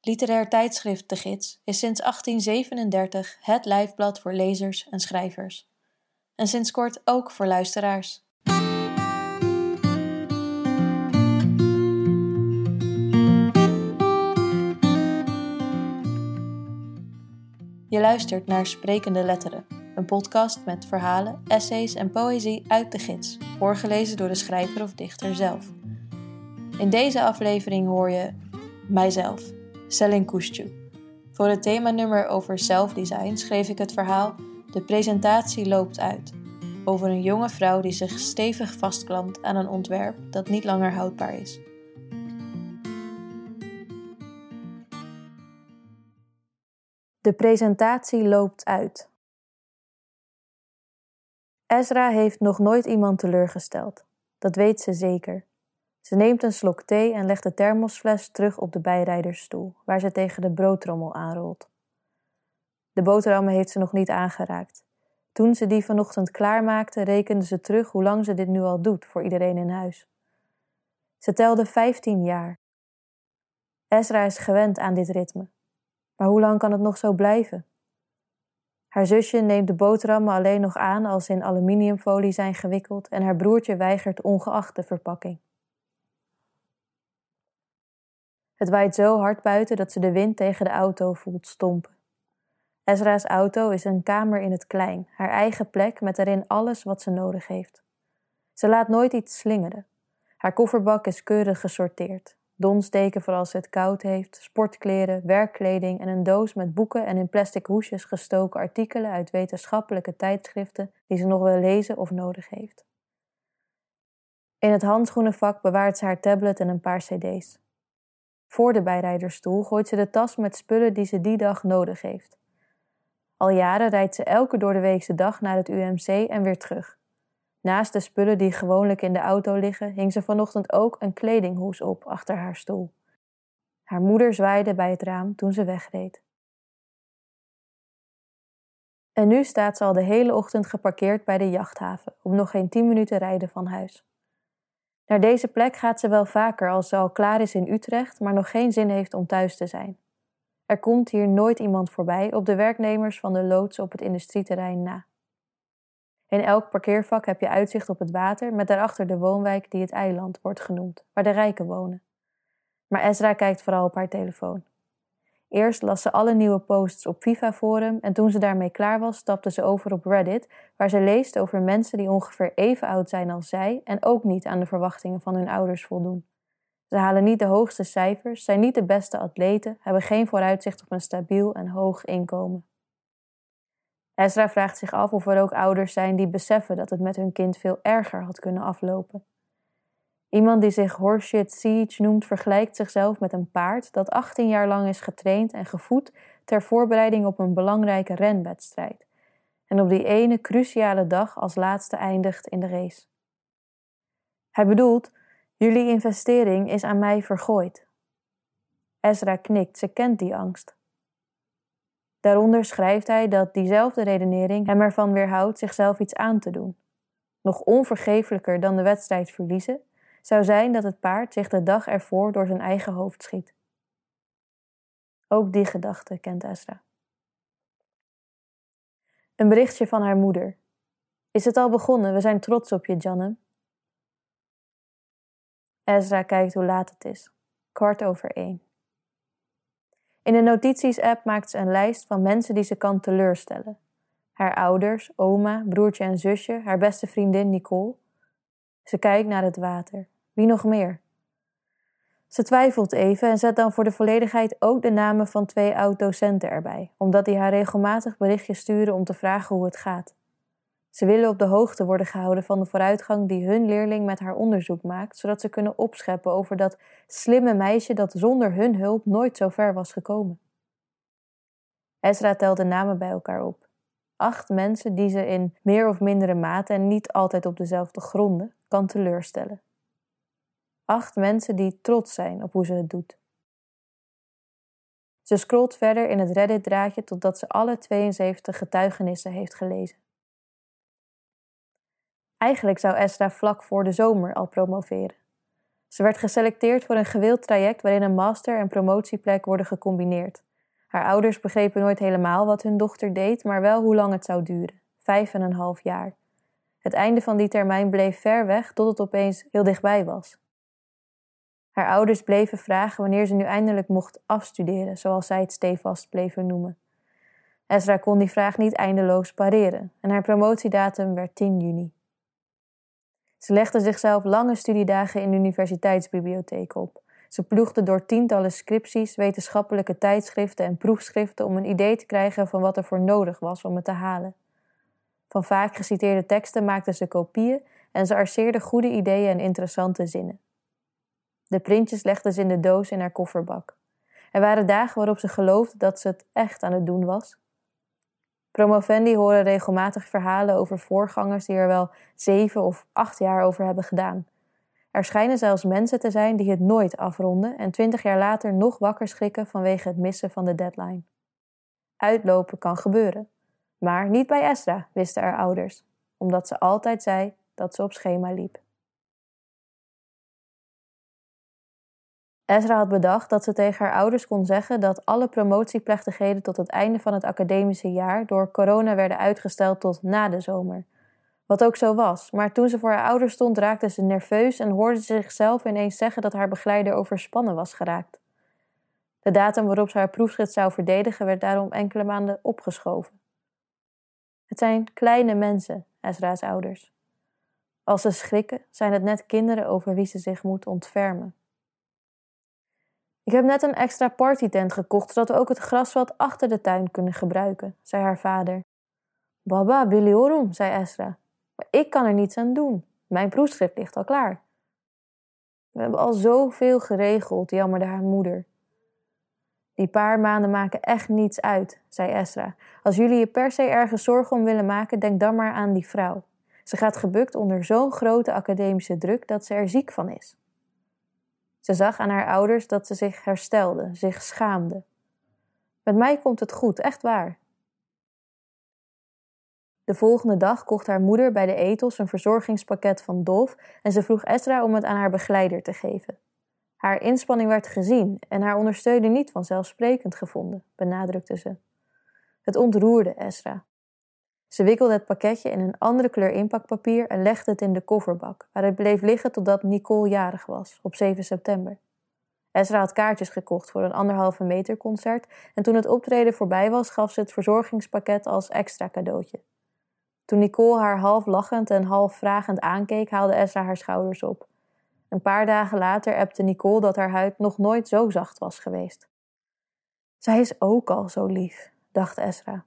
Literair tijdschrift De Gids is sinds 1837 het lijfblad voor lezers en schrijvers. En sinds kort ook voor luisteraars. Je luistert naar Sprekende Letteren, een podcast met verhalen, essays en poëzie uit De Gids, voorgelezen door de schrijver of dichter zelf. In deze aflevering hoor je mijzelf, Selin Kuşçu. Voor het themanummer over zelfdesign schreef ik het verhaal De presentatie loopt uit, over een jonge vrouw die zich stevig vastklampt aan een ontwerp dat niet langer houdbaar is. De presentatie loopt uit. Ezra heeft nog nooit iemand teleurgesteld. Dat weet ze zeker. Ze neemt een slok thee en legt de thermosfles terug op de bijrijdersstoel, waar ze tegen de broodtrommel aanrolt. De boterhammen heeft ze nog niet aangeraakt. Toen ze die vanochtend klaarmaakte, rekende ze terug hoe lang ze dit nu al doet voor iedereen in huis. Ze telde 15 jaar. Ezra is gewend aan dit ritme. Maar hoe lang kan het nog zo blijven? Haar zusje neemt de boterhammen alleen nog aan als ze in aluminiumfolie zijn gewikkeld en haar broertje weigert ongeacht de verpakking. Het waait zo hard buiten dat ze de wind tegen de auto voelt stompen. Ezra's auto is een kamer in het klein, haar eigen plek met erin alles wat ze nodig heeft. Ze laat nooit iets slingeren. Haar kofferbak is keurig gesorteerd. Donsdeken voor als ze het koud heeft, sportkleren, werkkleding en een doos met boeken en in plastic hoesjes gestoken artikelen uit wetenschappelijke tijdschriften die ze nog wil lezen of nodig heeft. In het handschoenenvak bewaart ze haar tablet en een paar cd's. Voor de bijrijdersstoel gooit ze de tas met spullen die ze die dag nodig heeft. Al jaren rijdt ze elke doordeweekse dag naar het UMC en weer terug. Naast de spullen die gewoonlijk in de auto liggen, hing ze vanochtend ook een kledinghoes op achter haar stoel. Haar moeder zwaaide bij het raam toen ze wegreed. En nu staat ze al de hele ochtend geparkeerd bij de jachthaven, op nog geen 10 minuten rijden van huis. Naar deze plek gaat ze wel vaker als ze al klaar is in Utrecht, maar nog geen zin heeft om thuis te zijn. Er komt hier nooit iemand voorbij op de werknemers van de loods op het industrieterrein na. In elk parkeervak heb je uitzicht op het water met daarachter de woonwijk die het eiland wordt genoemd, waar de rijken wonen. Maar Ezra kijkt vooral op haar telefoon. Eerst las ze alle nieuwe posts op FIFA Forum en toen ze daarmee klaar was, stapte ze over op Reddit, waar ze leest over mensen die ongeveer even oud zijn als zij en ook niet aan de verwachtingen van hun ouders voldoen. Ze halen niet de hoogste cijfers, zijn niet de beste atleten, hebben geen vooruitzicht op een stabiel en hoog inkomen. Ezra vraagt zich af of er ook ouders zijn die beseffen dat het met hun kind veel erger had kunnen aflopen. Iemand die zich Horseshit Siege noemt vergelijkt zichzelf met een paard dat 18 jaar lang is getraind en gevoed ter voorbereiding op een belangrijke renwedstrijd en op die ene cruciale dag als laatste eindigt in de race. Hij bedoelt, jullie investering is aan mij vergooid. Ezra knikt, ze kent die angst. Daaronder schrijft hij dat diezelfde redenering hem ervan weerhoudt zichzelf iets aan te doen. Nog onvergeeflijker dan de wedstrijd verliezen, zou zijn dat het paard zich de dag ervoor door zijn eigen hoofd schiet. Ook die gedachte kent Ezra. Een berichtje van haar moeder. Is het al begonnen? We zijn trots op je, Jannem. Ezra kijkt hoe laat het is. 1:15. In de notities-app maakt ze een lijst van mensen die ze kan teleurstellen. Haar ouders, oma, broertje en zusje, haar beste vriendin Nicole. Ze kijkt naar het water. Wie nog meer? Ze twijfelt even en zet dan voor de volledigheid ook de namen van 2 oud-docenten erbij, omdat die haar regelmatig berichtjes sturen om te vragen hoe het gaat. Ze willen op de hoogte worden gehouden van de vooruitgang die hun leerling met haar onderzoek maakt, zodat ze kunnen opscheppen over dat slimme meisje dat zonder hun hulp nooit zo ver was gekomen. Ezra telt de namen bij elkaar op. 8 mensen die ze in meer of mindere mate en niet altijd op dezelfde gronden kan teleurstellen. 8 mensen die trots zijn op hoe ze het doet. Ze scrolt verder in het Reddit-draadje totdat ze alle 72 getuigenissen heeft gelezen. Eigenlijk zou Ezra vlak voor de zomer al promoveren. Ze werd geselecteerd voor een gewild traject waarin een master- en promotieplek worden gecombineerd. Haar ouders begrepen nooit helemaal wat hun dochter deed, maar wel hoe lang het zou duren. 5,5 jaar. Het einde van die termijn bleef ver weg tot het opeens heel dichtbij was. Haar ouders bleven vragen wanneer ze nu eindelijk mocht afstuderen, zoals zij het stevast bleven noemen. Ezra kon die vraag niet eindeloos pareren en haar promotiedatum werd 10 juni. Ze legde zichzelf lange studiedagen in de universiteitsbibliotheek op. Ze ploegde door tientallen scripties, wetenschappelijke tijdschriften en proefschriften om een idee te krijgen van wat er voor nodig was om het te halen. Van vaak geciteerde teksten maakte ze kopieën en ze arceerde goede ideeën en interessante zinnen. De printjes legde ze in de doos in haar kofferbak. Er waren dagen waarop ze geloofde dat ze het echt aan het doen was. Promovendi horen regelmatig verhalen over voorgangers die er wel 7 of 8 jaar over hebben gedaan. Er schijnen zelfs mensen te zijn die het nooit afronden en 20 jaar later nog wakker schrikken vanwege het missen van de deadline. Uitlopen kan gebeuren, maar niet bij Ezra, wisten haar ouders, omdat ze altijd zei dat ze op schema liep. Ezra had bedacht dat ze tegen haar ouders kon zeggen dat alle promotieplechtigheden tot het einde van het academische jaar door corona werden uitgesteld tot na de zomer. Wat ook zo was, maar toen ze voor haar ouders stond raakte ze nerveus en hoorde ze zichzelf ineens zeggen dat haar begeleider overspannen was geraakt. De datum waarop ze haar proefschrift zou verdedigen werd daarom enkele maanden opgeschoven. Het zijn kleine mensen, Ezra's ouders. Als ze schrikken, zijn het net kinderen over wie ze zich moet ontfermen. Ik heb net een extra partytent gekocht, zodat we ook het grasveld achter de tuin kunnen gebruiken, zei haar vader. Baba, biliorum, zei Ezra. Maar ik kan er niets aan doen. Mijn proefschrift ligt al klaar. We hebben al zoveel geregeld, jammerde haar moeder. Die paar maanden maken echt niets uit, zei Ezra. Als jullie je per se ergens zorgen om willen maken, denk dan maar aan die vrouw. Ze gaat gebukt onder zo'n grote academische druk dat ze er ziek van is. Ze zag aan haar ouders dat ze zich herstelde, zich schaamde. Met mij komt het goed, echt waar. De volgende dag kocht haar moeder bij de Ethos een verzorgingspakket van Dolf en ze vroeg Ezra om het aan haar begeleider te geven. Haar inspanning werd gezien en haar ondersteuning niet vanzelfsprekend gevonden, benadrukte ze. Het ontroerde Ezra. Ze wikkelde het pakketje in een andere kleur inpakpapier en legde het in de kofferbak, waar het bleef liggen totdat Nicole jarig was, op 7 september. Ezra had kaartjes gekocht voor een 1,5 meter concert en toen het optreden voorbij was, gaf ze het verzorgingspakket als extra cadeautje. Toen Nicole haar half lachend en half vragend aankeek, haalde Ezra haar schouders op. Een paar dagen later appte Nicole dat haar huid nog nooit zo zacht was geweest. Zij is ook al zo lief, dacht Ezra.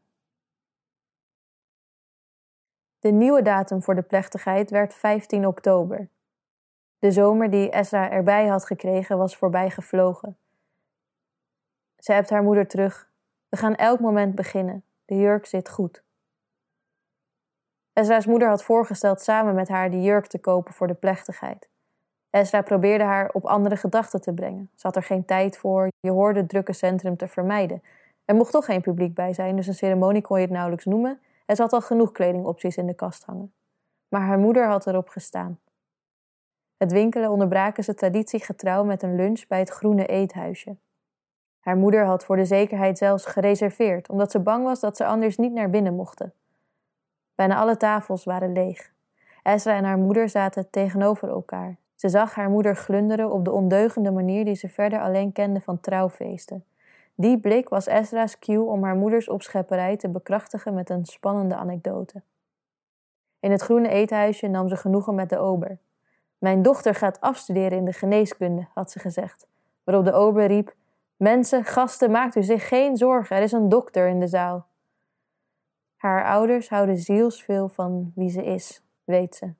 De nieuwe datum voor de plechtigheid werd 15 oktober. De zomer die Ezra erbij had gekregen was voorbij gevlogen. Ze appt haar moeder terug. We gaan elk moment beginnen. De jurk zit goed. Ezra's moeder had voorgesteld samen met haar die jurk te kopen voor de plechtigheid. Ezra probeerde haar op andere gedachten te brengen. Ze had er geen tijd voor, je hoorde het drukke centrum te vermijden. Er mocht toch geen publiek bij zijn, dus een ceremonie kon je het nauwelijks noemen. En ze had al genoeg kledingopties in de kast hangen. Maar haar moeder had erop gestaan. Het winkelen onderbraken ze traditiegetrouw met een lunch bij het Groene Eethuisje. Haar moeder had voor de zekerheid zelfs gereserveerd, omdat ze bang was dat ze anders niet naar binnen mochten. Bijna alle tafels waren leeg. Ezra en haar moeder zaten tegenover elkaar. Ze zag haar moeder glunderen op de ondeugende manier die ze verder alleen kende van trouwfeesten. Die blik was Ezra's cue om haar moeders opschepperij te bekrachtigen met een spannende anekdote. In het Groene Eethuisje nam ze genoegen met de ober. Mijn dochter gaat afstuderen in de geneeskunde, had ze gezegd. Waarop de ober riep, mensen, gasten, maakt u zich geen zorgen, er is een dokter in de zaal. Haar ouders houden zielsveel van wie ze is, weet ze.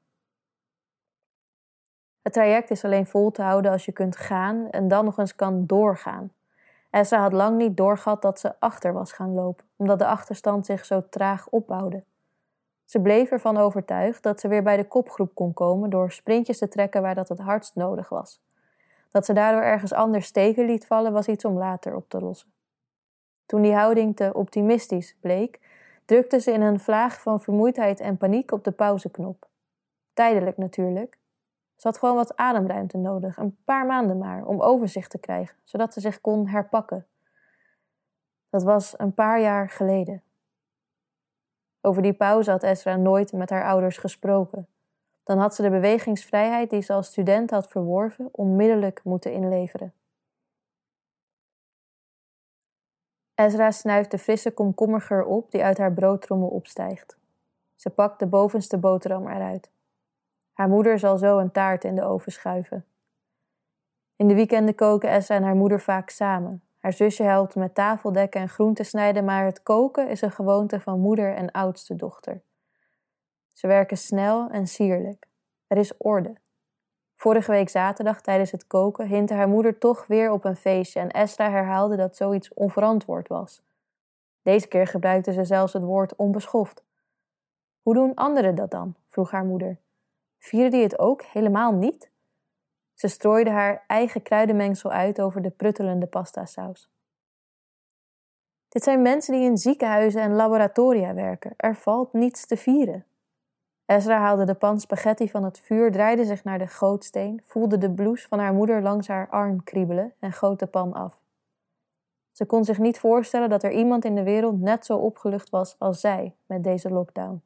Het traject is alleen vol te houden als je kunt gaan en dan nog eens kan doorgaan. Ezra had lang niet doorgehad dat ze achter was gaan lopen, omdat de achterstand zich zo traag opbouwde. Ze bleef ervan overtuigd dat ze weer bij de kopgroep kon komen door sprintjes te trekken waar dat het hardst nodig was. Dat ze daardoor ergens anders steken liet vallen was iets om later op te lossen. Toen die houding te optimistisch bleek, drukte ze in een vlaag van vermoeidheid en paniek op de pauzeknop. Tijdelijk natuurlijk. Ze had gewoon wat ademruimte nodig, een paar maanden maar, om overzicht te krijgen, zodat ze zich kon herpakken. Dat was een paar jaar geleden. Over die pauze had Ezra nooit met haar ouders gesproken. Dan had ze de bewegingsvrijheid die ze als student had verworven onmiddellijk moeten inleveren. Ezra snuift de frisse komkommergeur op die uit haar broodtrommel opstijgt. Ze pakt de bovenste boterham eruit. Haar moeder zal zo een taart in de oven schuiven. In de weekenden koken Ezra en haar moeder vaak samen. Haar zusje helpt met tafeldekken en groenten snijden, maar het koken is een gewoonte van moeder en oudste dochter. Ze werken snel en sierlijk. Er is orde. Vorige week zaterdag tijdens het koken hintte haar moeder toch weer op een feestje en Ezra herhaalde dat zoiets onverantwoord was. Deze keer gebruikte ze zelfs het woord onbeschoft. Hoe doen anderen dat dan? Vroeg haar moeder. Vieren die het ook helemaal niet? Ze strooide haar eigen kruidenmengsel uit over de pruttelende pastasaus. Dit zijn mensen die in ziekenhuizen en laboratoria werken. Er valt niets te vieren. Ezra haalde de pan spaghetti van het vuur, draaide zich naar de gootsteen, voelde de blouse van haar moeder langs haar arm kriebelen en goot de pan af. Ze kon zich niet voorstellen dat er iemand in de wereld net zo opgelucht was als zij met deze lockdown.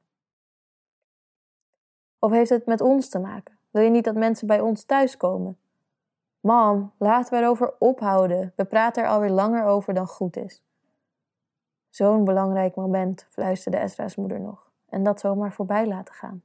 Of heeft het met ons te maken? Wil je niet dat mensen bij ons thuiskomen? Mam, laten we erover ophouden. We praten er alweer langer over dan goed is. Zo'n belangrijk moment, fluisterde Ezra's moeder nog. En dat zomaar voorbij laten gaan.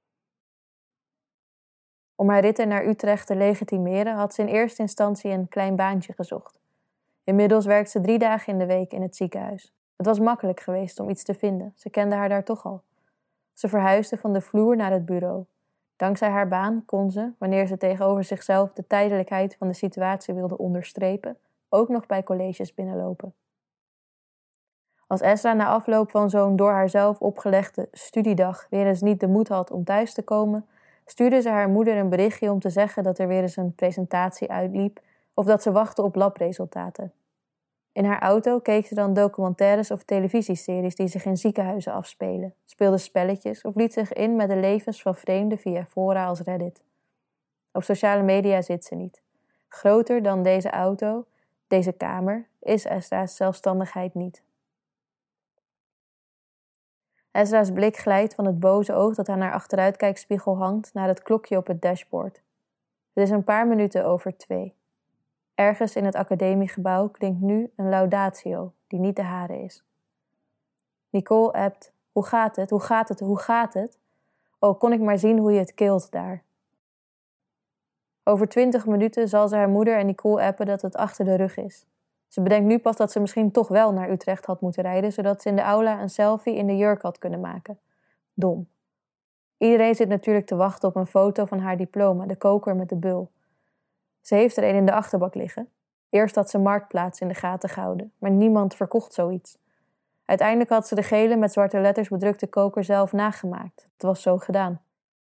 Om haar ritten naar Utrecht te legitimeren had ze in eerste instantie een klein baantje gezocht. Inmiddels werkt ze 3 dagen in de week in het ziekenhuis. Het was makkelijk geweest om iets te vinden, ze kende haar daar toch al. Ze verhuisde van de vloer naar het bureau. Dankzij haar baan kon ze, wanneer ze tegenover zichzelf de tijdelijkheid van de situatie wilde onderstrepen, ook nog bij colleges binnenlopen. Als Ezra na afloop van zo'n door haarzelf opgelegde studiedag weer eens niet de moed had om thuis te komen, stuurde ze haar moeder een berichtje om te zeggen dat er weer eens een presentatie uitliep of dat ze wachtte op labresultaten. In haar auto keek ze dan documentaires of televisieseries die zich in ziekenhuizen afspelen, speelde spelletjes of liet zich in met de levens van vreemden via fora als Reddit. Op sociale media zit ze niet. Groter dan deze auto, deze kamer, is Ezra's zelfstandigheid niet. Ezra's blik glijdt van het boze oog dat aan haar achteruitkijkspiegel hangt naar het klokje op het dashboard. Het is een paar minuten over 2. Ergens in het academiegebouw klinkt nu een laudatio die niet de hare is. Nicole appt, hoe gaat het, hoe gaat het, hoe gaat het? Oh, kon ik maar zien hoe je het keelt daar. Over 20 minuten zal ze haar moeder en Nicole appen dat het achter de rug is. Ze bedenkt nu pas dat ze misschien toch wel naar Utrecht had moeten rijden, zodat ze in de aula een selfie in de jurk had kunnen maken. Dom. Iedereen zit natuurlijk te wachten op een foto van haar diploma, de koker met de bul. Ze heeft er een in de achterbak liggen. Eerst had ze Marktplaats in de gaten gehouden, maar niemand verkocht zoiets. Uiteindelijk had ze de gele met zwarte letters bedrukte koker zelf nagemaakt. Het was zo gedaan.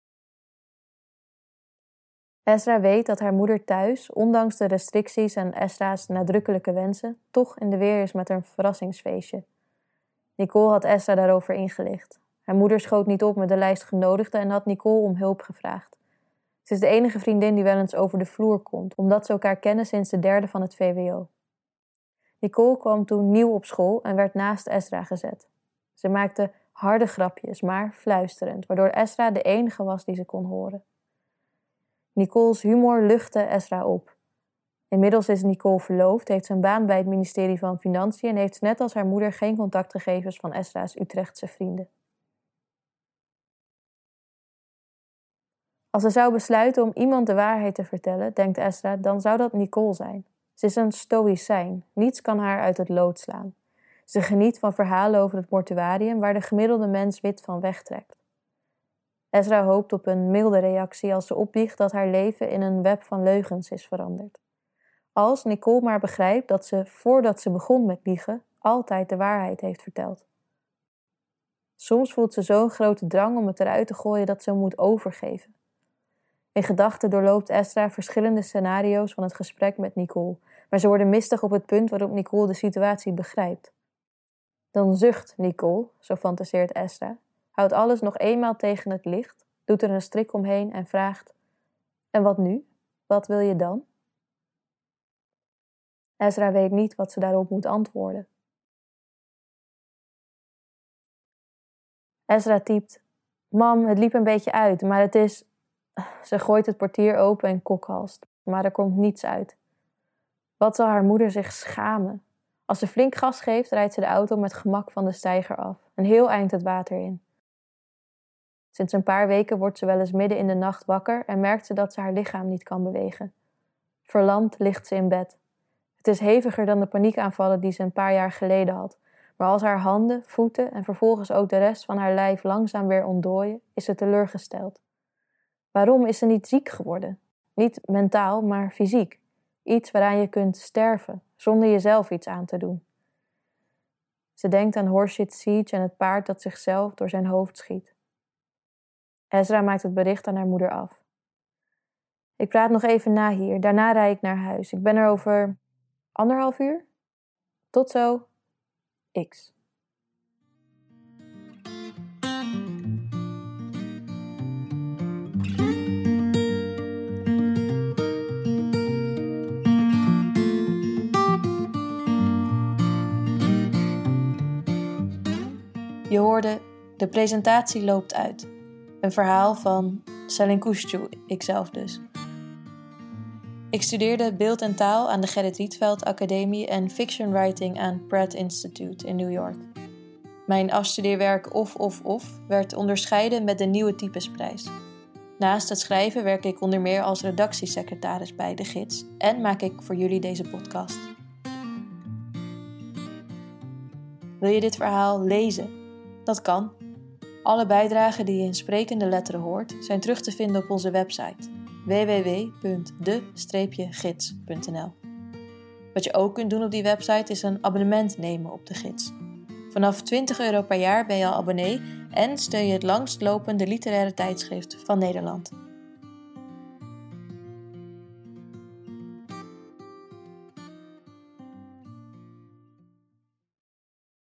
Ezra weet dat haar moeder thuis, ondanks de restricties en Ezra's nadrukkelijke wensen, toch in de weer is met een verrassingsfeestje. Nicole had Ezra daarover ingelicht. Haar moeder schoot niet op met de lijst genodigden en had Nicole om hulp gevraagd. Ze is de enige vriendin die wel eens over de vloer komt, omdat ze elkaar kennen sinds de 3e van het VWO. Nicole kwam toen nieuw op school en werd naast Ezra gezet. Ze maakte harde grapjes, maar fluisterend, waardoor Ezra de enige was die ze kon horen. Nicole's humor luchtte Ezra op. Inmiddels is Nicole verloofd, heeft ze een baan bij het ministerie van Financiën en heeft net als haar moeder geen contactgegevens van Ezra's Utrechtse vrienden. Als ze zou besluiten om iemand de waarheid te vertellen, denkt Ezra, dan zou dat Nicole zijn. Ze is een stoïcijn, niets kan haar uit het lood slaan. Ze geniet van verhalen over het mortuarium waar de gemiddelde mens wit van wegtrekt. Ezra hoopt op een milde reactie als ze opbiecht dat haar leven in een web van leugens is veranderd. Als Nicole maar begrijpt dat ze, voordat ze begon met liegen, altijd de waarheid heeft verteld. Soms voelt ze zo'n grote drang om het eruit te gooien dat ze hem moet overgeven. In gedachten doorloopt Ezra verschillende scenario's van het gesprek met Nicole, maar ze worden mistig op het punt waarop Nicole de situatie begrijpt. Dan zucht Nicole, zo fantaseert Ezra, houdt alles nog eenmaal tegen het licht, doet er een strik omheen en vraagt: En wat nu? Wat wil je dan? Ezra weet niet wat ze daarop moet antwoorden. Ezra typt: Mam, het liep een beetje uit, maar het is... Ze gooit het portier open en kokhalst, maar er komt niets uit. Wat zal haar moeder zich schamen? Als ze flink gas geeft, rijdt ze de auto met gemak van de steiger af, een heel eind het water in. Sinds een paar weken wordt ze wel eens midden in de nacht wakker en merkt ze dat ze haar lichaam niet kan bewegen. Verlamd ligt ze in bed. Het is heviger dan de paniekaanvallen die ze een paar jaar geleden had, maar als haar handen, voeten en vervolgens ook de rest van haar lijf langzaam weer ontdooien, is ze teleurgesteld. Waarom is ze niet ziek geworden? Niet mentaal, maar fysiek. Iets waaraan je kunt sterven, zonder jezelf iets aan te doen. Ze denkt aan Horshit Siege en het paard dat zichzelf door zijn hoofd schiet. Ezra maakt het bericht aan haar moeder af. Ik praat nog even na hier, daarna rijd ik naar huis. Ik ben er over 1,5 uur. Tot zo. X. Je hoorde De presentatie loopt uit. Een verhaal van Selin Kuşçu, ikzelf dus. Ik studeerde beeld en taal aan de Gerrit Rietveld Academie en fiction writing aan Pratt Institute in New York. Mijn afstudeerwerk Of werd onderscheiden met de Nieuwe Typesprijs. Naast het schrijven werk ik onder meer als redactiesecretaris bij De Gids en maak ik voor jullie deze podcast. Wil je dit verhaal lezen? Dat kan. Alle bijdragen die je in sprekende letteren hoort zijn terug te vinden op onze website www.de-gids.nl. Wat je ook kunt doen op die website is een abonnement nemen op De Gids. Vanaf €20 per jaar ben je al abonnee en steun je het langstlopende literaire tijdschrift van Nederland.